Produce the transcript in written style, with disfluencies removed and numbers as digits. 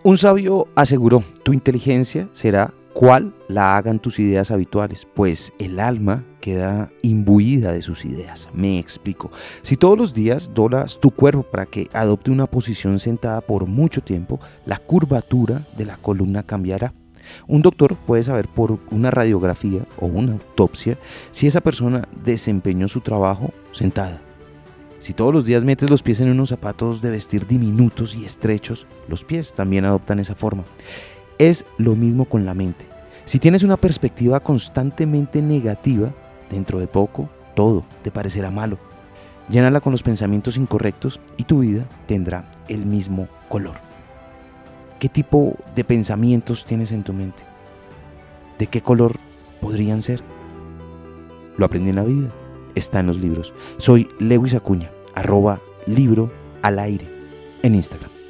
Un sabio aseguró, tu inteligencia será cual la hagan tus ideas habituales, pues el alma queda imbuida de sus ideas. Me explico. Si todos los días doblas tu cuerpo para que adopte una posición sentada por mucho tiempo, la curvatura de la columna cambiará. Un doctor puede saber por una radiografía o una autopsia si esa persona desempeñó su trabajo sentada. Si todos los días metes los pies en unos zapatos de vestir diminutos y estrechos, los pies también adoptan esa forma. Es lo mismo con la mente. Si tienes una perspectiva constantemente negativa, dentro de poco todo te parecerá malo. Llénala con los pensamientos incorrectos y tu vida tendrá el mismo color. ¿Qué tipo de pensamientos tienes en tu mente? ¿De qué color podrían ser? Lo aprendí en la vida. Está en los libros. Soy Lewis Acuña, @libroalaire en Instagram.